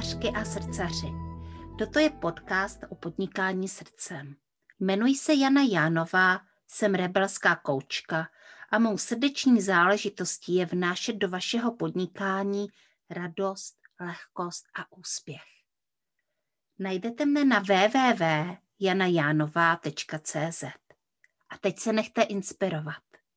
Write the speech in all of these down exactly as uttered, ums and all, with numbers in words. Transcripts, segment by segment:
srdcařky a srdcaři. Toto je podcast o podnikání srdcem. Jmenuji se Jana Jánová, jsem rebelská koučka a mou srdeční záležitostí je vnášet do vašeho podnikání radost, lehkost a úspěch. Najdete mne na w w w tečka jana jánová tečka c z. A teď se nechte inspirovat.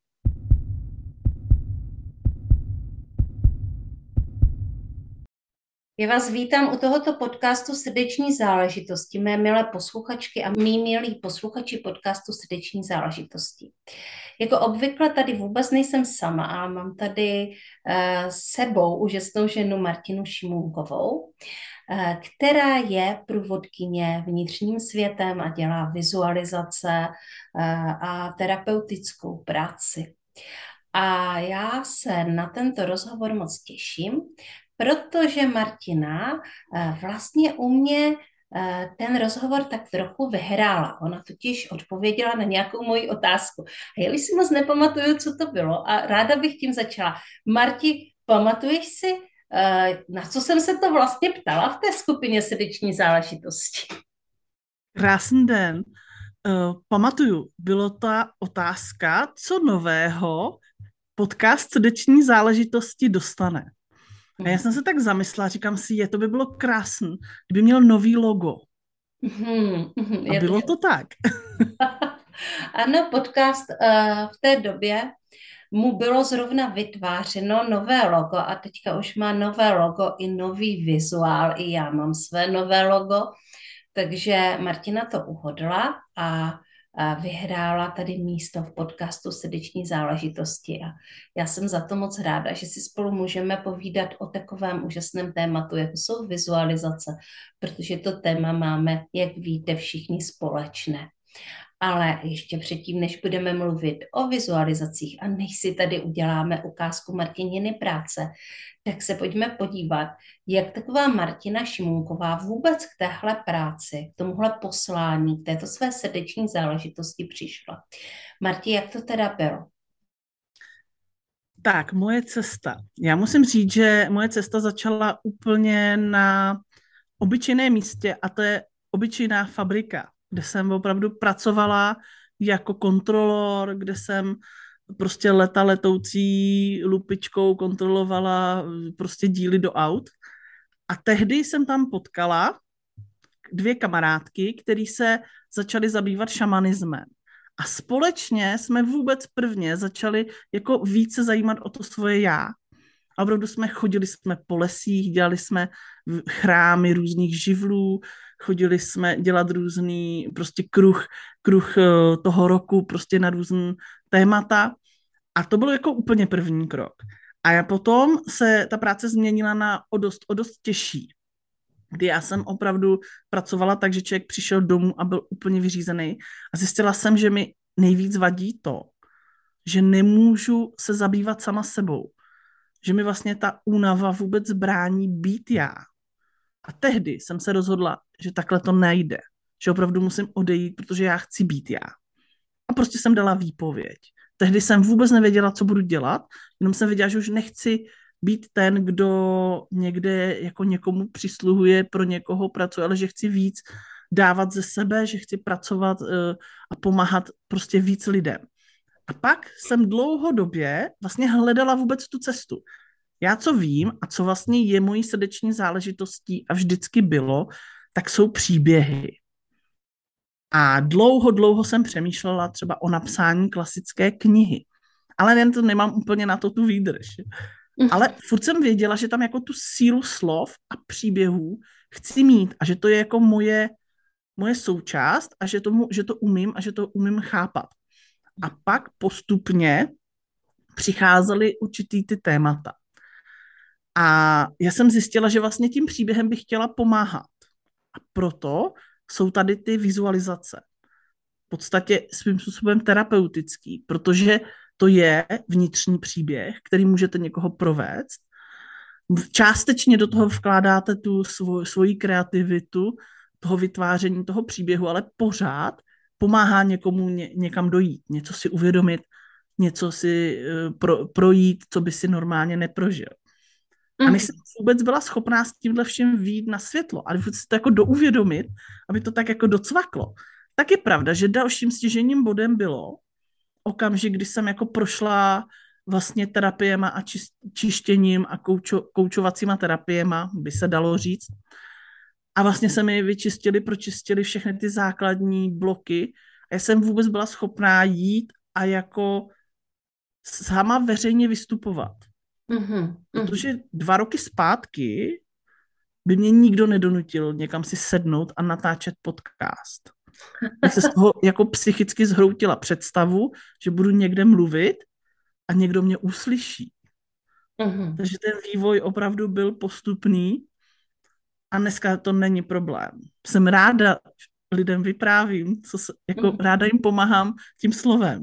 Já vás vítám u tohoto podcastu Srdeční záležitosti, mé milé posluchačky a mý milí posluchači podcastu Srdeční záležitosti. Jako obvykle tady vůbec nejsem sama, ale mám tady uh, sebou úžasnou ženu Martinu Šimunkovou, uh, která je průvodkyně vnitřním světem a dělá vizualizace uh, a terapeutickou práci. A já se na tento rozhovor moc těším, protože Martina vlastně u mě ten rozhovor tak trochu vyhrála. Ona totiž odpověděla na nějakou moji otázku. A já už si moc nepamatuju, co to bylo a ráda bych tím začala. Marti, pamatuješ si, na co jsem se to vlastně ptala v té skupině Srdeční záležitosti? Krásný den. Uh, pamatuju, bylo ta otázka, co nového podcast Srdeční záležitosti dostane. A já jsem se tak zamyslela, říkám si, je, to by bylo krásné, kdyby měl nový logo. Mm-hmm, mm-hmm, a bylo to, to tak. Ano, podcast uh, v té době mu bylo zrovna vytvářeno nové logo a teďka už má nové logo i nový vizuál, i já mám své nové logo, takže Martina to uhodla a vyhrála tady místo v podcastu Srdeční záležitosti a já jsem za to moc ráda, že si spolu můžeme povídat o takovém úžasném tématu, jako jsou vizualizace, protože to téma máme, jak víte, všichni společné. Ale ještě předtím, než budeme mluvit o vizualizacích a než si tady uděláme ukázku Martininy práce, tak se pojďme podívat, jak taková Martina Šimunková vůbec k téhle práci, k tomuhle poslání, k této své srdeční záležitosti přišla. Marti, jak to teda bylo? Tak, moje cesta. Já musím říct, že moje cesta začala úplně na obyčejném místě a to je obyčejná fabrika, kde jsem opravdu pracovala jako kontrolor, kde jsem prostě leta letoucí lupičkou kontrolovala prostě díly do aut. A tehdy jsem tam potkala dvě kamarádky, které se začaly zabývat šamanismem. A společně jsme vůbec prvně začali jako více zajímat o to svoje já. A opravdu jsme chodili jsme po lesích, dělali jsme chrámy různých živlů, chodili jsme dělat různý prostě kruh, kruh toho roku prostě na různý témata. A to bylo jako úplně první krok. A potom se ta práce změnila na o dost, o dost těžší, kdy já jsem opravdu pracovala tak, že člověk přišel domů a byl úplně vyřízený a zjistila jsem, že mi nejvíc vadí to, že nemůžu se zabývat sama sebou, že mi vlastně ta únava vůbec brání být já. A tehdy jsem se rozhodla, že takhle to nejde, že opravdu musím odejít, protože já chci být já. A prostě jsem dala výpověď. Tehdy jsem vůbec nevěděla, co budu dělat, jenom jsem věděla, že už nechci být ten, kdo někde jako někomu přisluhuje, pro někoho pracuje, ale že chci víc dávat ze sebe, že chci pracovat uh, a pomáhat prostě víc lidem. A pak jsem dlouhodobě vlastně hledala vůbec tu cestu. Já co vím a co vlastně je mojí srdeční záležitostí a vždycky bylo, tak jsou příběhy. A dlouho, dlouho jsem přemýšlela třeba o napsání klasické knihy. Ale jen to nemám úplně na to tu výdrž. Ale furt jsem věděla, že tam jako tu sílu slov a příběhů chci mít a že to je jako moje, moje součást a že, tomu, že to umím a že to umím chápat. A pak postupně přicházely určitý ty témata. A já jsem zjistila, že vlastně tím příběhem bych chtěla pomáhat. A proto jsou tady ty vizualizace. V podstatě svým způsobem terapeutický, protože to je vnitřní příběh, který můžete někoho provést. Částečně do toho vkládáte tu svoj, svoji kreativitu, toho vytváření toho příběhu, ale pořád pomáhá někomu ně, někam dojít, něco si uvědomit, něco si uh, pro, projít, co by si normálně neprožil. A Mhm. než jsem vůbec byla schopná s tímhle všem vyjít na světlo a vůbec si to jako douvědomit, aby to tak jako docvaklo, tak je pravda, že dalším stěžejním bodem bylo okamžik, kdy jsem jako prošla vlastně terapiema a čist, čištěním a koučo, koučovacíma terapiema, by se dalo říct. A vlastně se mi vyčistili, pročistili všechny ty základní bloky a já jsem vůbec byla schopná jít a jako sama veřejně vystupovat. Mhm. Mhm. Protože dva roky zpátky by mě nikdo nedonutil někam si sednout a natáčet podcast. Bych se z toho jako psychicky zhroutila představu, že budu někde mluvit a někdo mě uslyší. Mhm. Takže ten vývoj opravdu byl postupný a dneska to není problém. Jsem ráda, lidem vyprávím, co se, jako Mhm. ráda jim pomáhám tím slovem.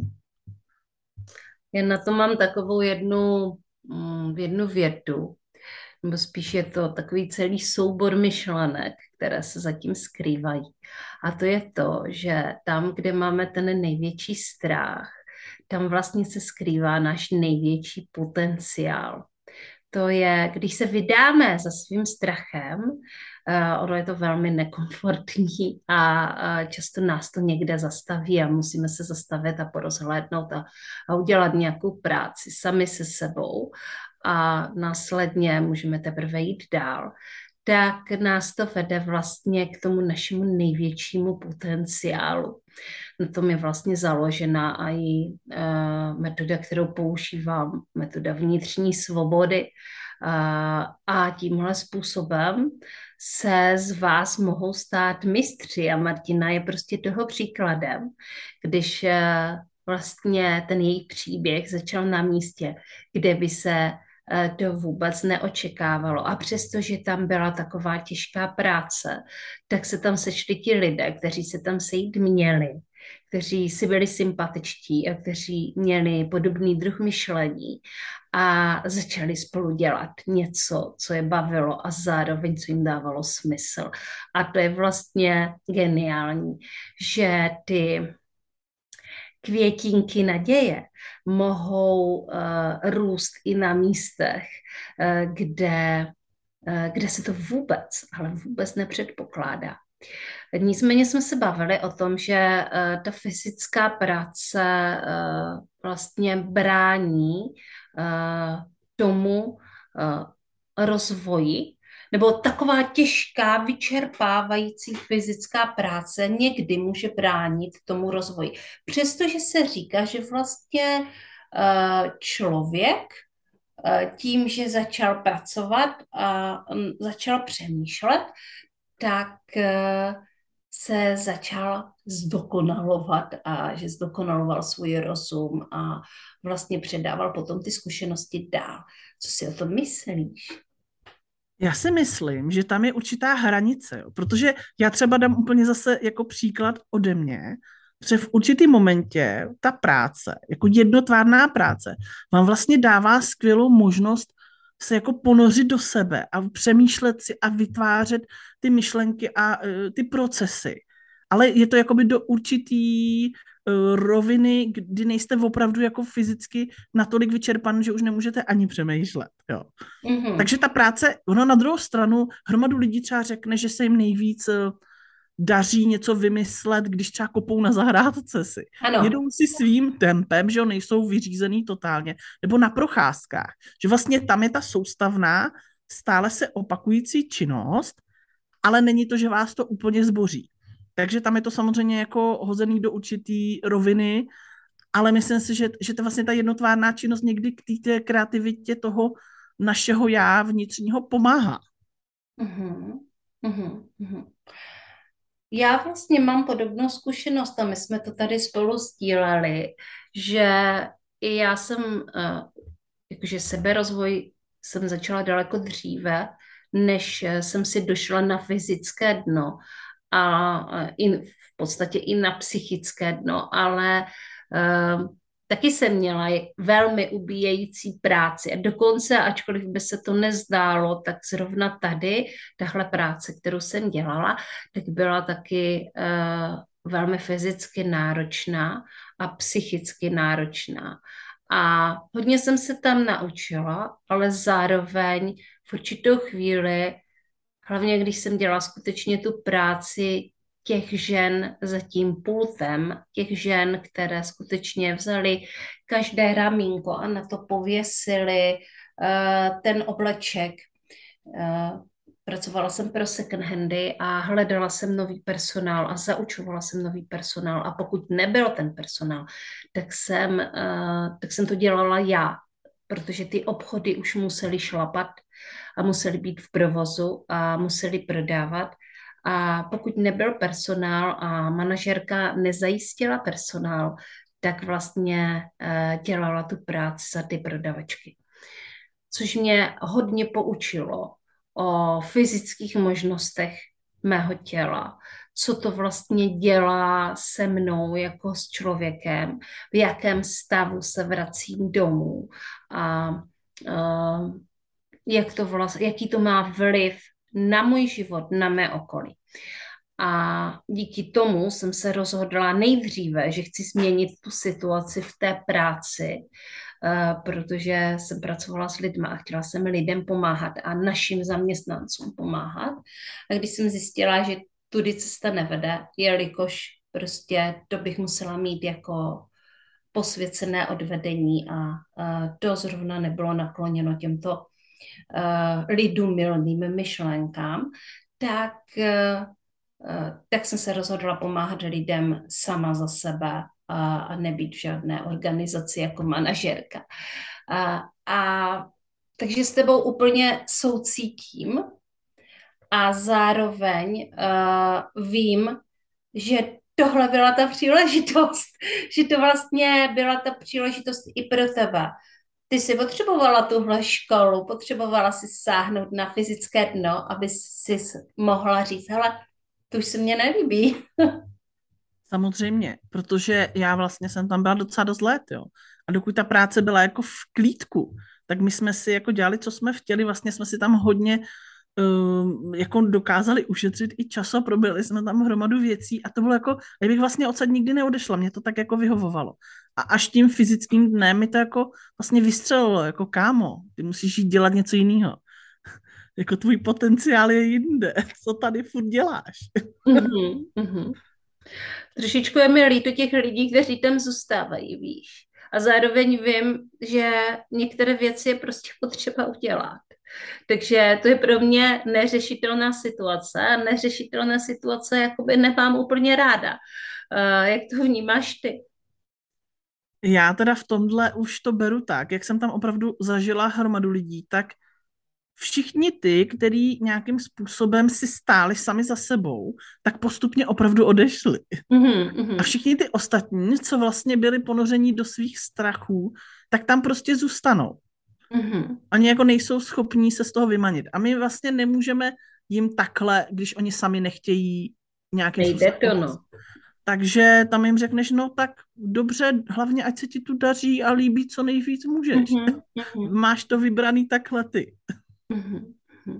Já na to mám takovou jednu, mm, jednu větu, nebo spíš je to takový celý soubor myšlenek, které se zatím skrývají. A to je to, že tam, kde máme ten největší strach, tam vlastně se skrývá náš největší potenciál. To je, když se vydáme za svým strachem, uh, ono je to velmi nekomfortní a uh, často nás to někde zastaví a musíme se zastavit a porozhlédnout a, a udělat nějakou práci sami se sebou a následně můžeme teprve jít dál, tak nás to vede vlastně k tomu našemu největšímu potenciálu. Na tom je vlastně založena i uh, metoda, kterou používám, metoda vnitřní svobody. Uh, a tímhle způsobem se z vás mohou stát mistři a Martina je prostě toho příkladem, když uh, vlastně ten její příběh začal na místě, kde by se to vůbec neočekávalo. A přestože tam byla taková těžká práce, tak se tam sešli ti lidé, kteří se tam sejít měli, kteří si byli sympatičtí a kteří měli podobný druh myšlení a začali spolu dělat něco, co je bavilo a zároveň, co jim dávalo smysl. A to je vlastně geniální, že ty květinky naděje mohou uh, růst i na místech, uh, kde, uh, kde se to vůbec, ale vůbec nepředpokládá. Nicméně jsme se bavili o tom, že uh, ta fyzická práce uh, vlastně brání uh, tomu uh, rozvoji, nebo taková těžká, vyčerpávající fyzická práce někdy může bránit tomu rozvoji. Přestože se říká, že vlastně uh, člověk uh, tím, že začal pracovat a um, začal přemýšlet, tak uh, se začal zdokonalovat a že zdokonaloval svůj rozum a vlastně předával potom ty zkušenosti dál. Co si o tom myslíš? Já si myslím, že tam je určitá hranice, jo, protože já třeba dám úplně zase jako příklad ode mě, protože v určitém momentě ta práce, jako jednotvárná práce, vám vlastně dává skvělou možnost se jako ponořit do sebe a přemýšlet si a vytvářet ty myšlenky a uh, ty procesy. Ale je to jakoby do určitý uh, roviny, kdy nejste opravdu jako fyzicky natolik vyčerpan, že už nemůžete ani přemýšlet, jo. Mm-hmm. Takže ta práce, ono na druhou stranu, hromadu lidí třeba řekne, že se jim nejvíc eh, daří něco vymyslet, když třeba kopou na zahrádce si. Ano. Jedou si svým tempem, že jo, nejsou vyřízený totálně, nebo na procházkách. Že vlastně tam je ta soustavná, stále se opakující činnost, ale není to, že vás to úplně zboří. Takže tam je to samozřejmě jako hozený do určitý roviny, ale myslím si, že, že to vlastně ta jednotvárná činnost někdy k té kreativitě toho našeho já vnitřního pomáhá. Mm-hmm. Mm-hmm. Já vlastně mám podobnou zkušenost a my jsme to tady spolu sdíleli, že i já jsem, jakože seberozvoj jsem začala daleko dříve, než jsem si došla na fyzické dno a i v podstatě i na psychické dno, ale taky jsem měla velmi ubíjející práci. A dokonce, ačkoliv by se to nezdálo, tak zrovna tady, tahle práce, kterou jsem dělala, tak byla taky uh, velmi fyzicky náročná a psychicky náročná. A hodně jsem se tam naučila, ale zároveň v určitou chvíli, hlavně když jsem dělala skutečně tu práci těch žen za tím pultem, těch žen, které skutečně vzali každé ramínko a na to pověsili uh, ten obleček. Uh, pracovala jsem pro second handy a hledala jsem nový personál a zaučovala jsem nový personál a pokud nebyl ten personál, tak jsem, uh, tak jsem to dělala já, protože ty obchody už musely šlapat a museli být v provozu a museli prodávat. A pokud nebyl personál a manažerka nezajistila personál, tak vlastně uh, dělala tu práci za ty prodavačky. Což mě hodně poučilo o fyzických možnostech mého těla, co to vlastně dělá se mnou jako s člověkem, v jakém stavu se vracím domů a uh, jak to vlastně, jaký to má vliv na můj život, na mé okolí. A díky tomu jsem se rozhodla nejdříve, že chci změnit tu situaci v té práci, uh, protože jsem pracovala s lidmi a chtěla jsem lidem pomáhat a našim zaměstnancům pomáhat. A když jsem zjistila, že tudy cesta nevede, jelikož prostě to bych musela mít jako posvěcené odvedení a uh, to zrovna nebylo nakloněno těmto uh, lidumilným myšlenkám, tak uh, Uh, tak jsem se rozhodla pomáhat lidem sama za sebe a, a nebýt v žádné organizaci jako manažerka. A, a takže s tebou úplně soucítím a zároveň uh, vím, že tohle byla ta příležitost, že to vlastně byla ta příležitost i pro tebe. Ty jsi potřebovala tuhle školu, potřebovala si sáhnout na fyzické dno, aby si mohla říct, hele, to už se mně nelíbí. Samozřejmě, protože já vlastně jsem tam byla docela dost let, jo. A dokud ta práce byla jako v klídku, tak my jsme si jako dělali, co jsme chtěli, vlastně jsme si tam hodně uh, jako dokázali ušetřit i čas a probili jsme tam hromadu věcí a to bylo jako, já bych vlastně odsaď nikdy neodešla, mě to tak jako vyhovovalo. A až tím fyzickým dnem mi to jako vlastně vystřelilo, jako kámo, ty musíš jít dělat něco jiného. Jako tvůj potenciál je jinde, co tady furt děláš. Mm-hmm, mm-hmm. Trošičku je mi líto těch lidí, kteří tam zůstávají, víš. A zároveň vím, že některé věci je prostě potřeba udělat. Takže to je pro mě neřešitelná situace. A neřešitelná situace jakoby nemám úplně ráda. Uh, jak to vnímáš ty? Já teda v tomhle už to beru tak, jak jsem tam opravdu zažila hromadu lidí, tak všichni ty, kteří nějakým způsobem si stáli sami za sebou, tak postupně opravdu odešli. Mm-hmm. A všichni ty ostatní, co vlastně byli ponoření do svých strachů, tak tam prostě zůstanou. Mm-hmm. Oni jako nejsou schopní se z toho vymanit. A my vlastně nemůžeme jim takhle, když oni sami nechtějí nějakým Nejde způsobem. to, no. Takže tam jim řekneš, no tak dobře, hlavně ať se ti tu daří a líbí co nejvíc můžeš. Mm-hmm. Máš to vybraný takhle ty. Mm-hmm.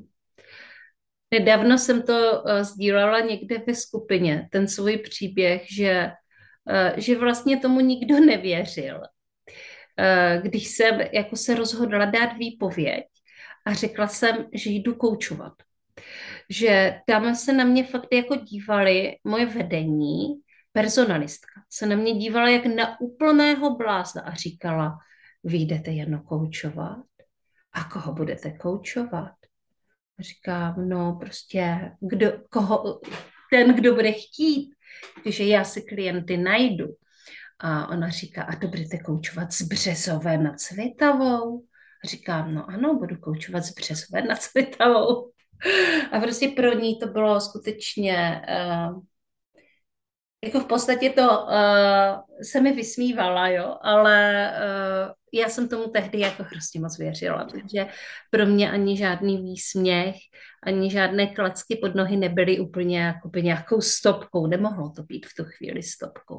Nedávno jsem to uh, sdílela někde ve skupině, ten svůj příběh, že, uh, že vlastně tomu nikdo nevěřil. Uh, když jsem jako se rozhodla dát výpověď a řekla jsem, že jdu koučovat. Že tam se na mě fakt jako dívali moje vedení, personalistka, se na mě dívala jak na úplného blázna a říkala, vy jdete jen koučovat? A koho budete koučovat? Říkám, no prostě, kdo, koho, ten, kdo bude chtít, takže já si klienty najdu. A ona říká, a to budete koučovat z Březové nad Svitavou? Říkám, no ano, budu koučovat z Březové nad Svitavou. A prostě pro ní to bylo skutečně, uh, jako v podstatě to uh, se mi vysmívala, jo, ale uh, já jsem tomu tehdy jako hrozně moc věřila, protože pro mě ani žádný výsměch, ani žádné klacky pod nohy nebyly úplně jakoby nějakou stopkou, nemohlo to být v tu chvíli stopkou.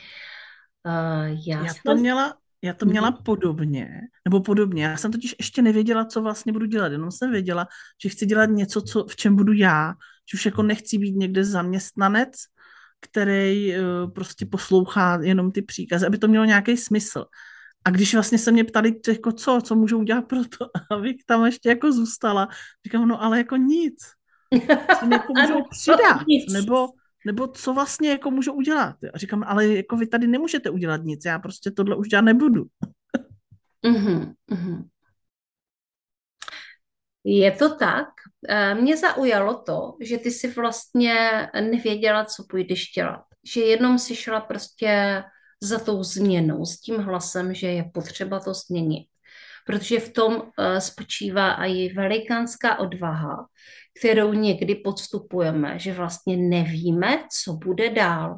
Uh, já, já to měla, já to měla podobně, nebo podobně. Já jsem totiž ještě nevěděla, co vlastně budu dělat, jenom jsem věděla, že chci dělat něco, co, v čem budu já, že už jako nechci být někde zaměstnanec, který uh, prostě poslouchá jenom ty příkazy, aby to mělo nějaký smysl. A když vlastně se mě ptali, jako co, co můžu udělat pro to, abych tam ještě jako zůstala, říkám, no ale jako nic. Co mi jako můžou přidat, nebo, nebo co vlastně jako můžu udělat. A říkám, ale jako vy tady nemůžete udělat nic, já prostě tohle už dělat nebudu. Mm-hmm, mm-hmm. Je to tak. Mě zaujalo to, že ty si vlastně nevěděla, co půjdeš dělat. Že jenom si šla prostě za tou změnou, s tím hlasem, že je potřeba to změnit. Protože v tom spočívá i velikánská odvaha, kterou někdy podstupujeme, že vlastně nevíme, co bude dál.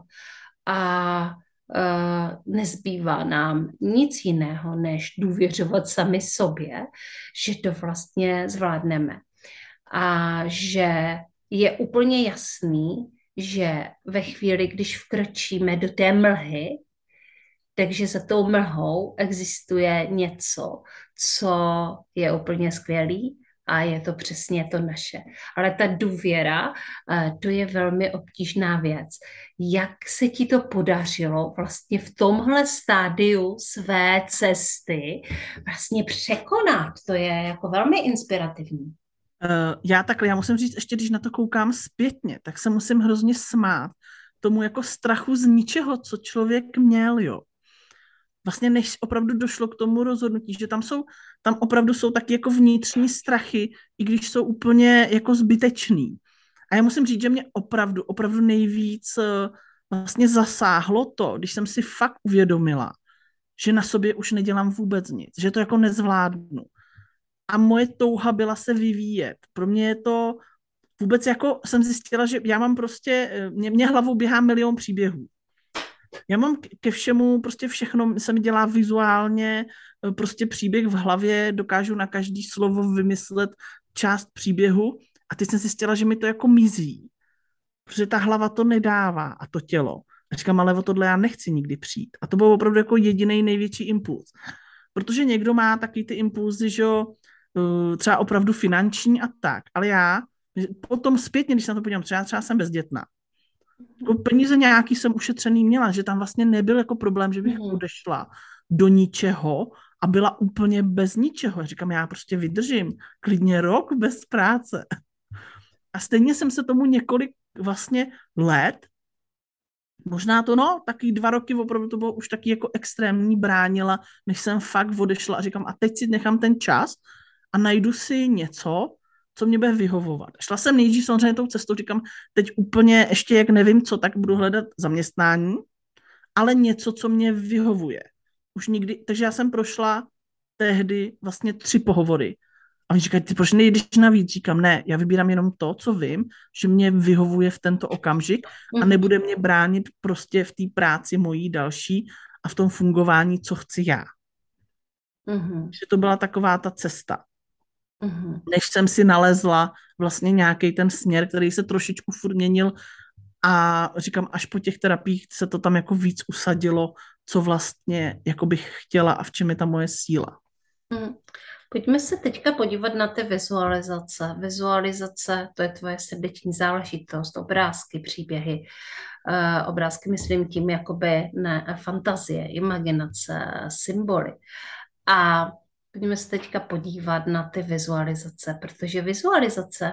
A Uh, nezbývá nám nic jiného, než důvěřovat sami sobě, že to vlastně zvládneme. A že je úplně jasný, že ve chvíli, když vkročíme do té mlhy, takže za tou mlhou existuje něco, co je úplně skvělý, a je to přesně to naše. Ale ta důvěra, to je velmi obtížná věc. Jak se ti to podařilo vlastně v tomhle stádiu své cesty vlastně překonat? To je jako velmi inspirativní. Uh, já takhle, já musím říct, ještě když na to koukám zpětně, tak se musím hrozně smát tomu jako strachu z ničeho, co člověk měl, jo. Vlastně než opravdu došlo k tomu rozhodnutí, že tam jsou, tam opravdu jsou taky jako vnitřní strachy, i když jsou úplně jako zbytečný. A já musím říct, že mě opravdu, opravdu nejvíc vlastně zasáhlo to, když jsem si fakt uvědomila, že na sobě už nedělám vůbec nic, že to jako nezvládnu. A moje touha byla se vyvíjet. Pro mě je to vůbec jako, jsem zjistila, že já mám prostě, mě, mě hlavou běhá milion příběhů. Já mám ke všemu, prostě všechno se mi dělá vizuálně, prostě příběh v hlavě, dokážu na každý slovo vymyslet část příběhu a teď jsem si zjistila, že mi to jako mizí, protože ta hlava to nedává a to tělo. A říkám, ale o tohle já nechci nikdy přijít. A to byl opravdu jako jediný největší impuls. Protože někdo má taky ty impulzy, že jo, třeba opravdu finanční a tak, ale já potom zpětně, když se na to podívám, třeba, třeba jsem bezdětná. Peníze nějaký jsem ušetřený měla, že tam vlastně nebyl jako problém, že bych odešla do ničeho a byla úplně bez ničeho. Já říkám, já prostě vydržím klidně rok bez práce. A stejně jsem se tomu několik vlastně let, možná to no, taky dva roky opravdu to bylo už taky jako extrémní, bránila, než jsem fakt odešla a říkám, a teď si nechám ten čas a najdu si něco, co mě bude vyhovovat. Šla jsem nejdřív samozřejmě tou cestou, říkám, teď úplně ještě jak nevím co, tak budu hledat zaměstnání, ale něco, co mě vyhovuje. Už nikdy, takže já jsem prošla tehdy vlastně tři pohovory. A oni říkají, ty proč nejdeš navíc? Říkám, ne, já vybírám jenom to, co vím, že mě vyhovuje v tento okamžik a nebude mě bránit prostě v té práci mojí další a v tom fungování, co chci já. Mm-hmm. Že to byla taková ta cesta. Mm-hmm. Než jsem si nalezla vlastně nějaký ten směr, který se trošičku furt měnil a říkám, až po těch terapiích se to tam jako víc usadilo, co vlastně jako bych chtěla a v čem je ta moje síla. Mm. Pojďme se teďka podívat na ty vizualizace. Vizualizace, to je tvoje srdeční záležitost, obrázky, příběhy. Uh, obrázky myslím tím jakoby ne, fantazie, imaginace, symboly. A pojďme se teďka podívat na ty vizualizace, protože vizualizace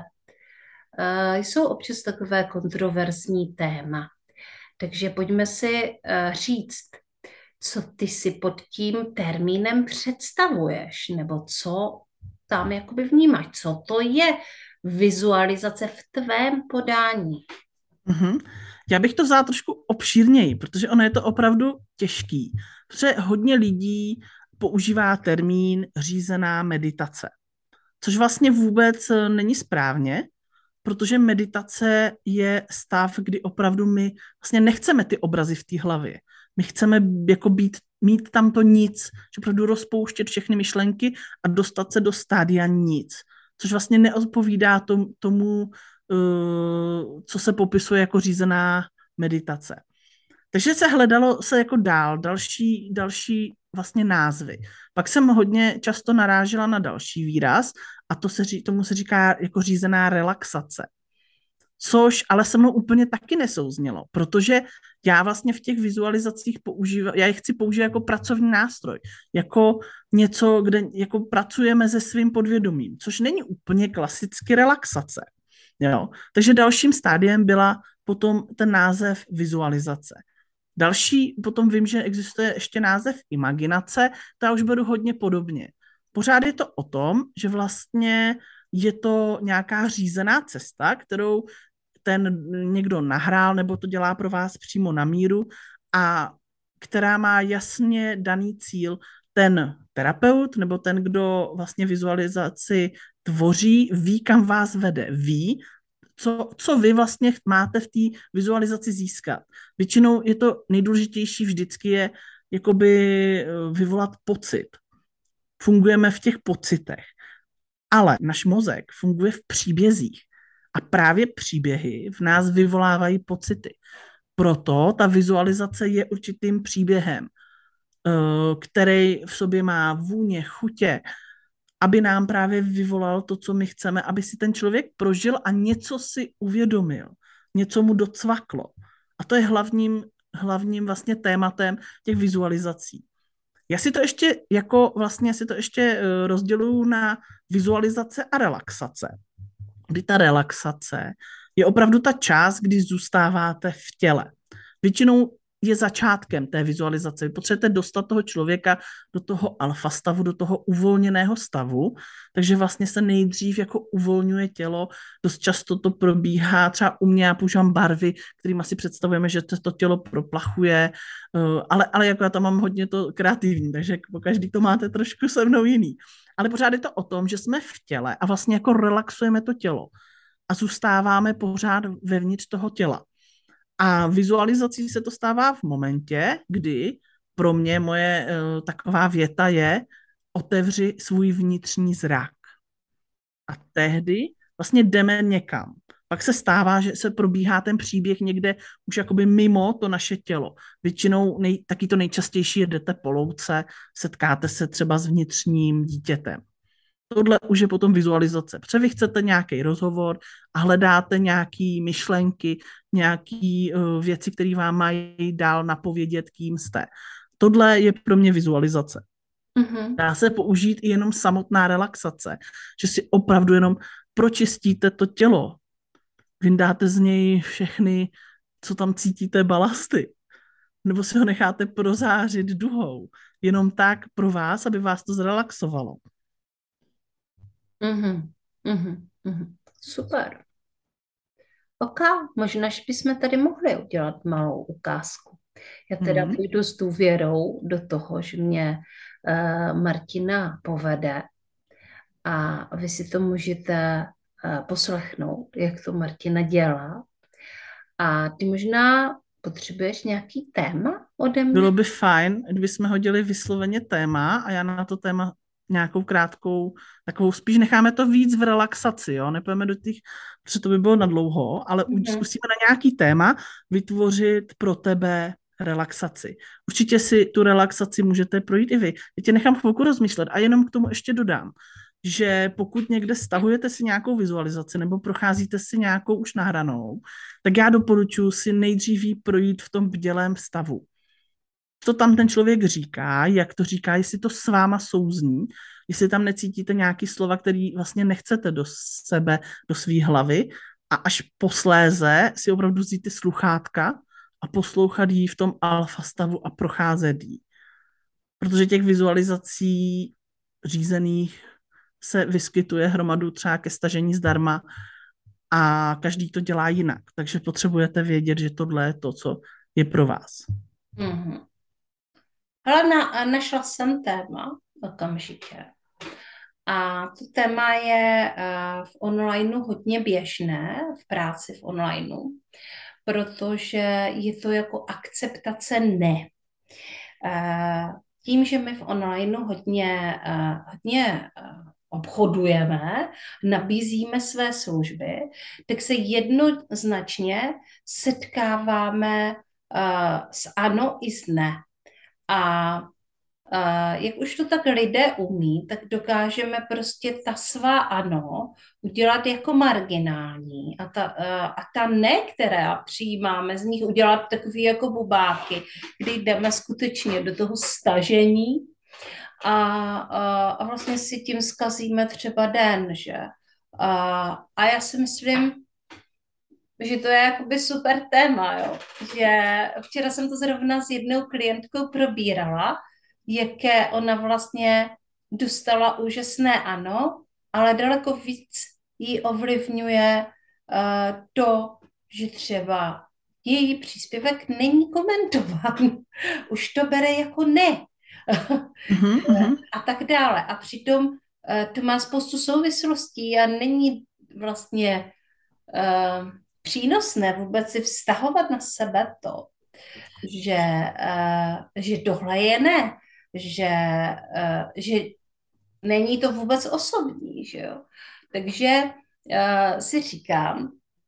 uh, jsou občas takové kontroverzní téma. Takže pojďme si uh, říct, co ty si pod tím termínem představuješ, nebo co tam jakoby vnímáš, co to je vizualizace v tvém podání. Mm-hmm. Já bych to vzala trošku obšírněji, protože ono je to opravdu těžký, protože hodně lidí používá termín řízená meditace, což vlastně vůbec není správně, protože meditace je stav, kdy opravdu my vlastně nechceme ty obrazy v té hlavě. My chceme jako být, mít tam to nic, že opravdu rozpouštět všechny myšlenky a dostat se do stádia nic, což vlastně neodpovídá tomu, tomu uh, co se popisuje jako řízená meditace. Takže se hledalo se jako dál, další, další vlastně názvy. Pak jsem hodně často narážela na další výraz a to se, tomu se říká jako řízená relaxace. což ale se mnou úplně taky nesouznělo, protože já vlastně v těch vizualizacích používám, já je chci použít jako pracovní nástroj, jako něco, kde jako pracujeme se svým podvědomím, což není úplně klasicky relaxace. Jo? Takže dalším stádiem byla potom ten název vizualizace. Další, potom vím, že existuje ještě název imaginace, to já už beru hodně podobně. Pořád je to o tom, že vlastně je to nějaká řízená cesta, kterou ten někdo nahrál nebo to dělá pro vás přímo na míru a která má jasně daný cíl. Ten terapeut nebo ten, kdo vlastně vizualizaci tvoří, ví, kam vás vede. Ví, co, co vy vlastně máte v té vizualizaci získat. Většinou je to nejdůležitější vždycky je jakoby vyvolat pocit. Fungujeme v těch pocitech. Ale náš mozek funguje v příbězích. A právě příběhy v nás vyvolávají pocity. Proto ta vizualizace je určitým příběhem, který v sobě má vůně, chutě, aby nám právě vyvolal to, co my chceme, aby si ten člověk prožil a něco si uvědomil, něco mu docvaklo. A to je hlavním, hlavním vlastně tématem těch vizualizací. Já si to ještě jako vlastně si to ještě rozděluju na vizualizace a relaxace. Kdy ta relaxace je opravdu ta část, kdy zůstáváte v těle. Většinou je začátkem té vizualizace. Vy potřebujete dostat toho člověka do toho alfa stavu, do toho uvolněného stavu, takže vlastně se nejdřív jako uvolňuje tělo. Dost často to probíhá, třeba u mě já používám barvy, kterými si představujeme, že to, to tělo proplachuje, ale, ale jako já tam mám hodně to kreativní, takže po každý to máte trošku se mnou jiný. Ale pořád je to o tom, že jsme v těle a vlastně jako relaxujeme to tělo a zůstáváme pořád vevnitř toho těla. A vizualizací se to stává v momentě, kdy pro mě moje uh, taková věta je otevři svůj vnitřní zrak. A tehdy vlastně jdeme někam. Pak se stává, že se probíhá ten příběh někde už jakoby mimo to naše tělo. Většinou nej, taky to nejčastější je, jdete po louce, setkáte se třeba s vnitřním dítětem. Tohle už je potom vizualizace. Protože vy chcete nějaký rozhovor a hledáte nějaké myšlenky, nějaké uh, věci, které vám mají dál napovědět, kým jste. Tohle je pro mě vizualizace. Mm-hmm. Dá se použít i jenom samotná relaxace, že si opravdu jenom pročistíte to tělo. Vyndáte z něj všechny, co tam cítíte, balasty. Nebo si ho necháte prozářit duhou. Jenom tak pro vás, aby vás to zrelaxovalo. Mm-hmm. Mm-hmm. Super. Ok, možná, že bychom tady mohli udělat malou ukázku. Já teda mm-hmm. půjdu s důvěrou do toho, že mě uh, Martina povede a vy si to můžete uh, poslechnout, jak to Martina dělá. A ty možná potřebuješ nějaký téma ode mě? Bylo by fajn, kdybychom hodili vysloveně téma a já na to téma nějakou krátkou, takovou, spíš necháme to víc v relaxaci, jo, nepojeme do těch, protože to by bylo nadlouho, ale mm. zkusíme na nějaký téma vytvořit pro tebe relaxaci. Určitě si tu relaxaci můžete projít i vy. Já tě nechám chvilku rozmýšlet a jenom k tomu ještě dodám, že pokud někde stahujete si nějakou vizualizaci nebo procházíte si nějakou už nahranou, tak já doporučuji si nejdřív jí projít v tom bdělém stavu. Co tam ten člověk říká, jak to říká, jestli to s váma souzní, jestli tam necítíte nějaký slova, který vlastně nechcete do sebe, do své hlavy a až posléze si opravdu vzít ty sluchátka a poslouchat jí v tom alfa stavu a procházet jí. Protože těch vizualizací řízených se vyskytuje hromadu třeba ke stažení zdarma a každý to dělá jinak. Takže potřebujete vědět, že tohle je to, co je pro vás. Mm-hmm. Ale na, našla jsem téma okamžitě. A to téma je uh, v onlineu hodně běžné, v práci v onlineu, protože je to jako akceptace ne. Uh, tím, že my v onlineu hodně, uh, hodně uh, obchodujeme, nabízíme své služby, tak se jednoznačně setkáváme uh, s ano i s ne. A Uh, jak už to tak lidé umí, tak dokážeme prostě ta svá ano udělat jako marginální a ta, uh, a ta ne, která přijímáme z nich, udělat takový jako bubáky, kdy jdeme skutečně do toho stažení a, a, a vlastně si tím zkazíme třeba den, že? A, a já si myslím, že to je jakoby super téma, jo. Že včera jsem to zrovna s jednou klientkou probírala, jaké ona vlastně dostala úžasné ano, ale daleko víc jí ovlivňuje uh, to, že třeba její příspěvek není komentován. Už to bere jako ne. Mm-hmm. A tak dále. A přitom uh, to má spoustu souvislostí a není vlastně uh, přínosné vůbec si vztahovat na sebe to, že, uh, že tohle je ne, že, uh, že není to vůbec osobní, že jo. Takže uh, si říkám,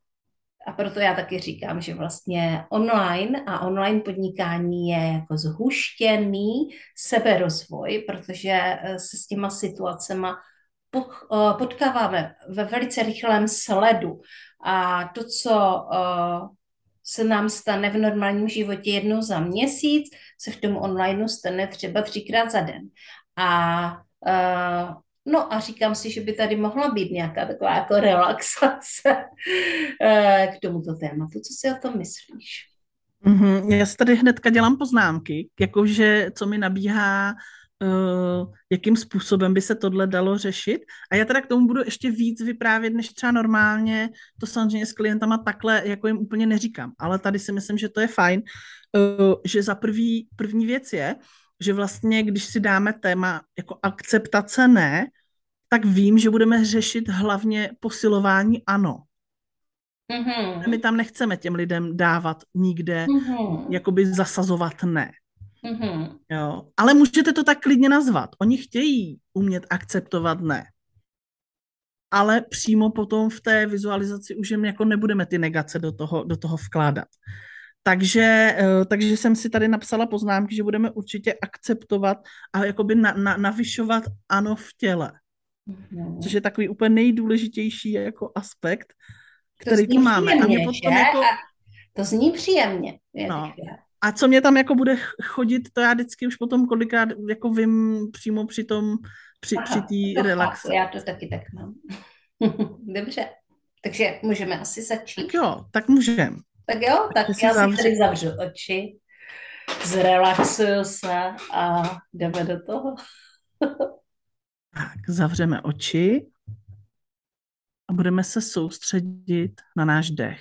a proto já taky říkám, že vlastně online a online podnikání je jako zhuštěný seberozvoj, protože eh, se s těma situacema eh, potkáváme ve velice rychlém sledu. A to, co eh, se nám stane v normálním životě jednou za měsíc, se v tom onlineu stane třeba třikrát za den. A eh, no a říkám si, že by tady mohla být nějaká taková jako relaxace eh, k tomuto tématu. Co si o tom myslíš? Mm-hmm. Já si tady hnedka dělám poznámky, jakože co mi nabíhá, uh, jakým způsobem by se tohle dalo řešit. A já teda k tomu budu ještě víc vyprávět, než třeba normálně. To samozřejmě s klientama takhle, jako jim úplně neříkám. Ale tady si myslím, že to je fajn, uh, že za prvý, první věc je, že vlastně, když si dáme téma jako akceptace ne, tak vím, že budeme řešit hlavně posilování ano. My Mm-hmm. tam nechceme těm lidem dávat nikde, Mm-hmm. jakoby zasazovat ne. Mm-hmm. Jo. Ale můžete to tak klidně nazvat. Oni chtějí umět akceptovat ne. Ale přímo potom v té vizualizaci už jim jako nebudeme ty negace do toho, do toho vkládat. Takže, takže jsem si tady napsala poznámky, že budeme určitě akceptovat a jakoby na, na, navyšovat ano v těle. Což Mm-hmm. je takový úplně nejdůležitější jako aspekt, To který tu zní máme. A mě příjemně, že? potom jako, A to zní příjemně. Je no, takhle. a co mě tam jako bude chodit, to já vždycky už potom kolikrát jako vím přímo při tom, při, při Aha, té to chápu, relaxaci. já to taky tak mám. Dobře, takže můžeme asi Tak začít. jo, tak můžem. Tak jo, tak Takže si já si zavři. tady zavřu oči, zrelaxuju se a jdeme do toho. Tak, zavřeme oči a budeme se soustředit na náš dech.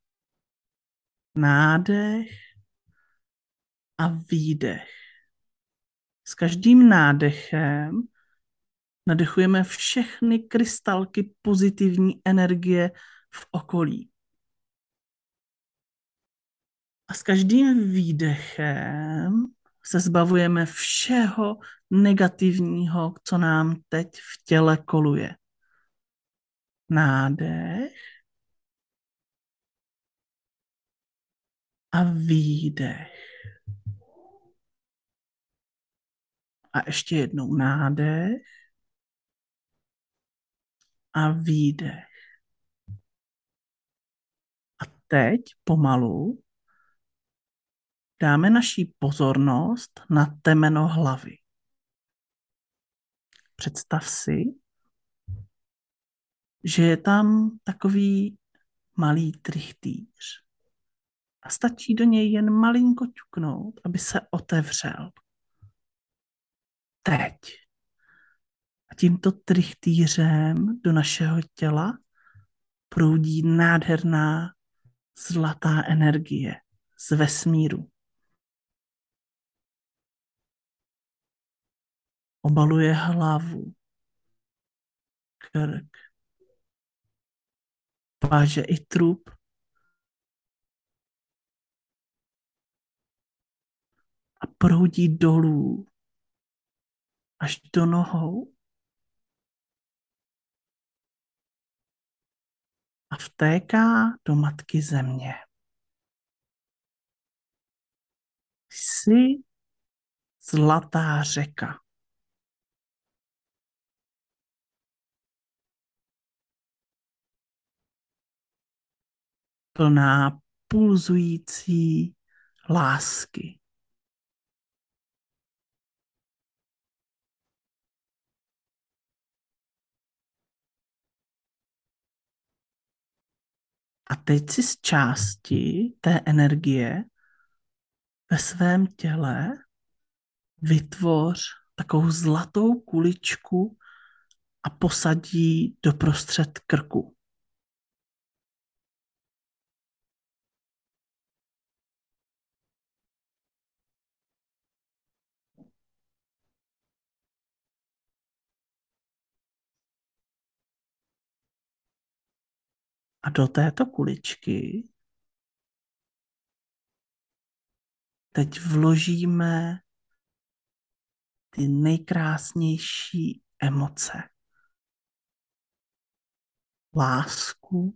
Nádech a výdech. S každým nádechem nadechujeme všechny krystalky pozitivní energie v okolí. A s každým výdechem se zbavujeme všeho negativního, co nám teď v těle koluje. Nádech a výdech. A ještě jednou nádech a výdech. A teď pomalu dáme naší pozornost na temeno hlavy. Představ si, že je tam takový malý trichtýř. A stačí do něj jen malinko ťuknout, aby se otevřel. Teď. A tímto trichtýřem do našeho těla proudí nádherná zlatá energie z vesmíru. Obaluje hlavu, krk, váže i trup. A proudí dolů až do nohou. A vtéká do matky země. Jsi zlatá řeka. Plná pulzující lásky. A teď si z části té energie ve svém těle vytvoř takovou zlatou kuličku a posadí do prostřed krku. A do této kuličky teď vložíme ty nejkrásnější emoce. Lásku,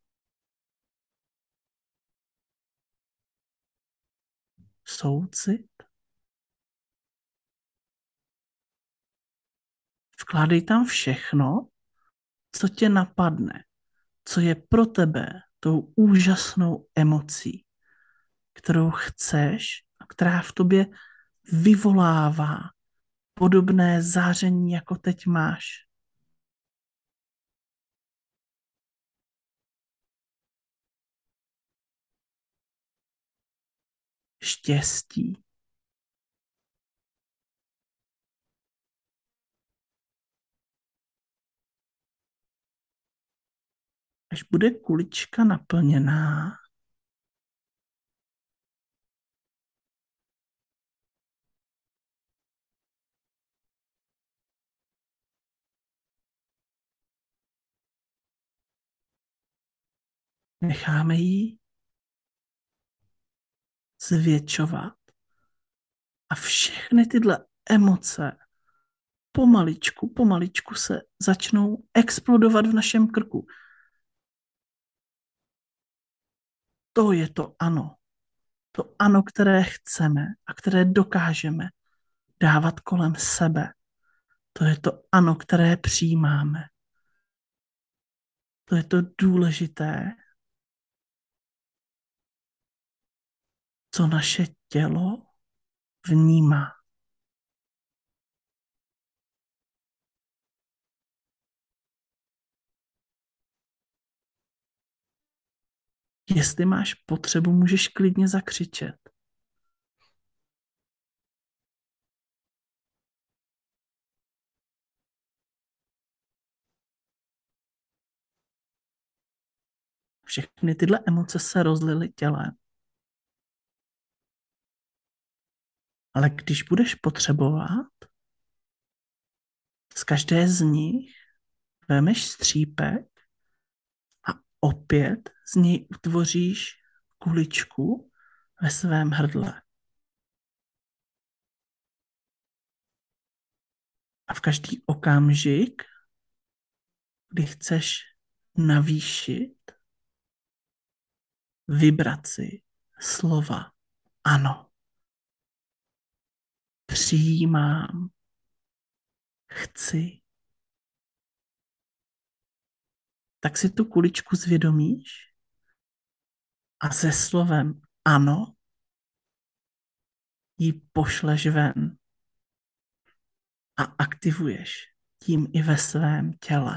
soucit. Vkládej tam všechno, co tě napadne, co je pro tebe tou úžasnou emocí, kterou chceš a která v tobě vyvolává podobné záření, jako teď máš. Štěstí. Až bude kulička naplněná, necháme ji zvětšovat a všechny tyhle emoce pomaličku, pomaličku se začnou explodovat v našem krku. To je to ano. To ano, které chceme a které dokážeme dávat kolem sebe. To je to ano, které přijímáme. To je to důležité, co naše tělo vnímá. Jestli máš potřebu, můžeš klidně zakřičet. Všechny tyhle emoce se rozlily tělem. Ale když budeš potřebovat, z každé z nich vemeš střípek a opět z něj utvoříš kuličku ve svém hrdle. A v každý okamžik, kdy chceš navýšit vibraci slova ano, přijímám, chci, tak si tu kuličku zvědomíš a se slovem ano ji pošleš ven a aktivuješ tím i ve svém těle.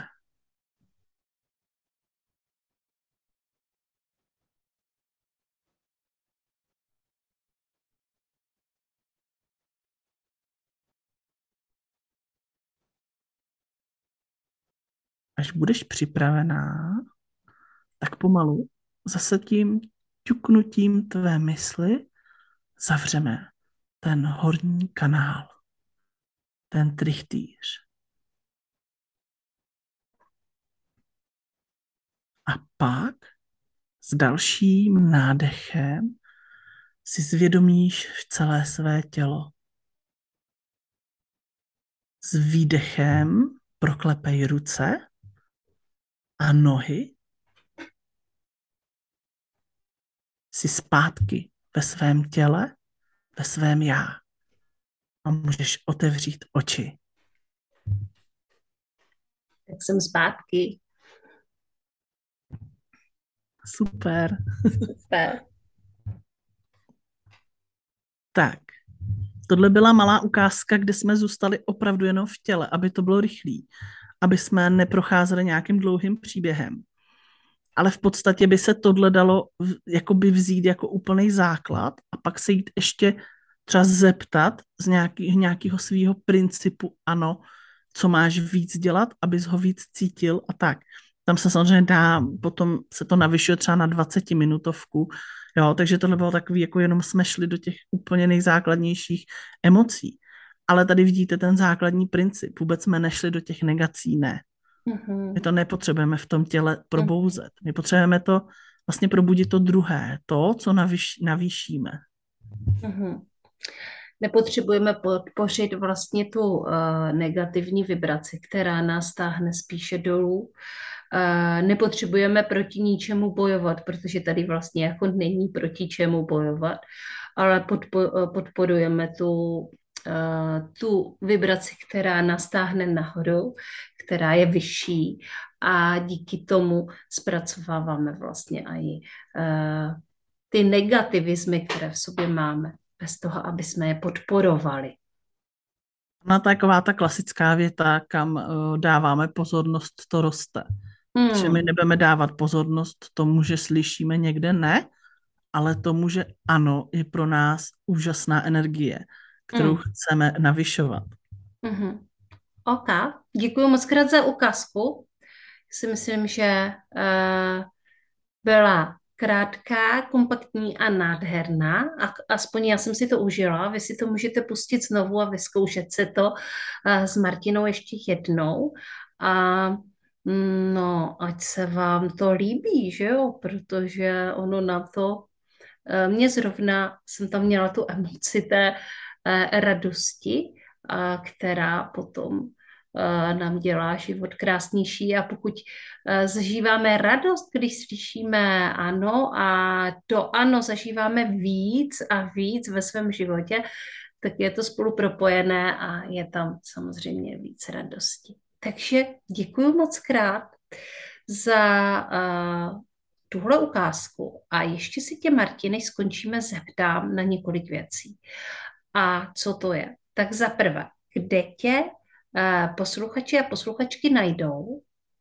Až budeš připravená, tak pomalu zase tím ťuknutím tvé mysli zavřeme ten horní kanál, ten trichtýř. A pak s dalším nádechem si zvědomíš celé své tělo. S výdechem proklepej ruce a nohy. Jsi zpátky ve svém těle, ve svém já. a můžeš otevřít oči. Tak jsem zpátky. Super. Super. Tak, tohle byla malá ukázka, kde jsme zůstali opravdu jenom v těle, aby to bylo rychlý, aby jsme neprocházeli nějakým dlouhým příběhem. Ale v podstatě by se tohle dalo jakoby vzít jako úplný základ a pak se jít ještě třeba zeptat z nějaký, nějakého svého principu, ano, co máš víc dělat, abys ho víc cítil a tak. Tam se samozřejmě dá, potom se to navyšuje třeba na dvacetiminutovku, jo, takže tohle bylo takový, jako jenom jsme šli do těch úplně nejzákladnějších emocí. Ale tady vidíte ten základní princip, vůbec jsme nešli do těch negací, ne. Mm-hmm. My to nepotřebujeme v tom těle probouzet. My potřebujeme to vlastně probudit to druhé, to, co navyš, navýšíme. Mm-hmm. Nepotřebujeme podpořit vlastně tu uh, negativní vibraci, která nás táhne spíše dolů. Uh, nepotřebujeme proti ničemu bojovat, protože tady vlastně jako není proti čemu bojovat, ale podpo- podporujeme tu, uh, tu vibraci, která nás táhne nahoru, která je vyšší a díky tomu zpracováváme vlastně i uh, ty negativizmy, které v sobě máme, bez toho, aby jsme je podporovali. Na taková ta klasická věta, kam uh, dáváme pozornost, to roste. Hmm. Že my nebudeme dávat pozornost tomu, že slyšíme někde ne, ale tomu, že ano, je pro nás úžasná energie, kterou hmm. chceme navyšovat. Hmm. OK, děkuji moc krát za ukázku. Si myslím, že uh, byla krátká, kompaktní a nádherná. A, aspoň já jsem si to užila. Vy si to můžete pustit znovu a vyzkoušet se to uh, s Martinou ještě jednou. A no, ať se vám to líbí, že jo? Protože ono na to, uh, mě zrovna, jsem tam měla tu emoci té uh, radosti, uh, která potom nám dělá život krásnější a pokud zažíváme radost, když slyšíme ano a to ano zažíváme víc a víc ve svém životě, tak je to spolu propojené a je tam samozřejmě víc radosti. Takže děkuji moc krát za uh, tuhle ukázku a ještě si tě, Marti, než skončíme, zeptám na několik věcí. A co to je? Tak za prvé, kde tě posluchači a posluchačky najdou,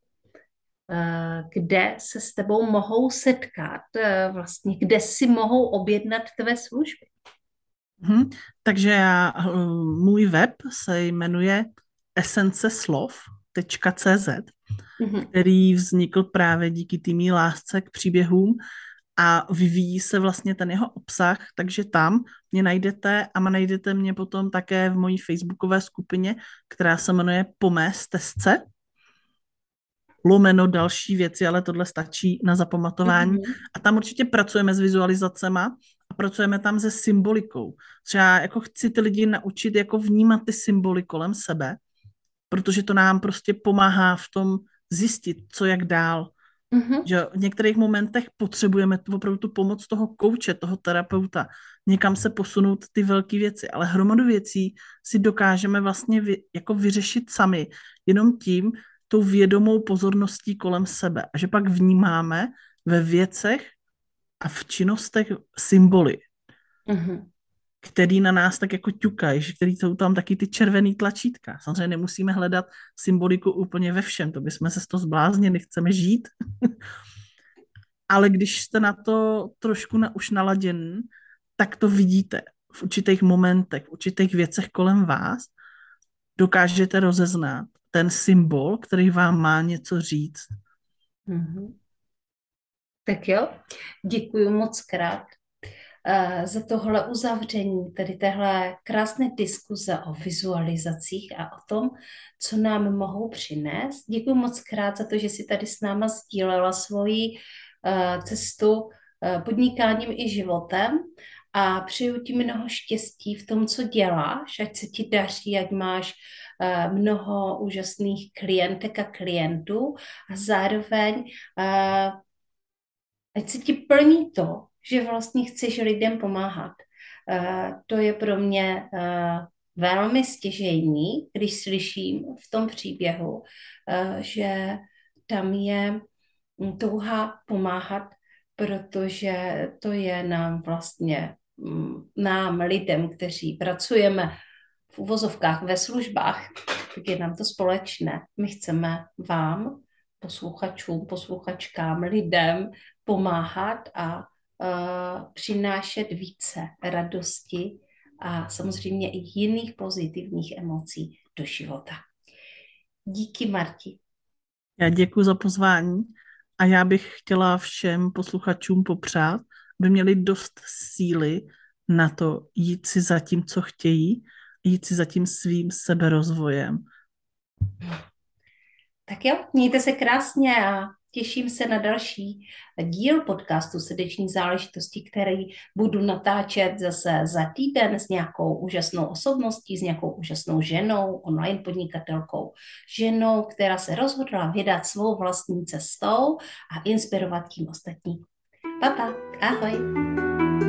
kde se s tebou mohou setkat, vlastně, kde si mohou objednat tvé služby. Hmm, takže já, můj web se jmenuje esenceslov tečka cé zet, mm-hmm. který vznikl právě díky té mý lásce k příběhům a vyvíjí se vlastně ten jeho obsah, takže tam mě najdete a najdete mě potom také v mojí facebookové skupině, která se jmenuje Po mé stezce, lomeno další věci, ale tohle stačí na zapamatování. Mm-hmm. A tam určitě pracujeme s vizualizacema a pracujeme tam se symbolikou. Třeba jako chci ty lidi naučit jako vnímat ty symboly kolem sebe, protože to nám prostě pomáhá v tom zjistit, co jak dál. Mm-hmm. Že v některých momentech potřebujeme opravdu tu pomoc toho kouče, toho terapeuta, někam se posunout ty velké věci, ale hromadu věcí si dokážeme vlastně vy, jako vyřešit sami, jenom tím, tou vědomou pozorností kolem sebe. A že pak vnímáme ve věcech a v činnostech symboly, mm-hmm. který na nás tak jako ťukají, že který jsou tam taky ty červený tlačítka. Samozřejmě nemusíme hledat symboliku úplně ve všem, to bychom se z toho zbláznili, chceme žít. Ale když jste na to trošku na, už naladěn, tak to vidíte v určitých momentech, v určitých věcech kolem vás, dokážete rozeznat ten symbol, který vám má něco říct. Mm-hmm. Tak jo, děkuji moc krát uh, za tohle uzavření, tedy téhle krásné diskuze o vizualizacích a o tom, co nám mohou přinést. Děkuji moc krát za to, že jsi tady s náma sdílela svoji uh, cestu uh, podnikáním i životem a přeju ti mnoho štěstí v tom, co děláš, ať se ti daří, ať máš uh, mnoho úžasných klientek a klientů a zároveň uh, ať se ti plní to, že vlastně chceš lidem pomáhat. Uh, to je pro mě uh, velmi stěžejní, když slyším v tom příběhu, eh, že tam je touha pomáhat, protože to je nám vlastně, mm, nám lidem, kteří pracujeme v uvozovkách ve službách, tak je nám to společné. My chceme vám, posluchačům, posluchačkám, lidem pomáhat a uh, přinášet více radosti a samozřejmě i jiných pozitivních emocí do života. Díky, Marti. Já děkuji za pozvání a já bych chtěla všem posluchačům popřát, aby měli dost síly na to jít si za tím, co chtějí, jít si za tím svým seberozvojem. Tak jo, mějte se krásně a těším se na další díl podcastu Srdeční záležitosti, který budu natáčet zase za týden s nějakou úžasnou osobností, s nějakou úžasnou ženou, online podnikatelkou, ženou, která se rozhodla vydat svou vlastní cestou a inspirovat tím ostatní. Pa, pa, ahoj.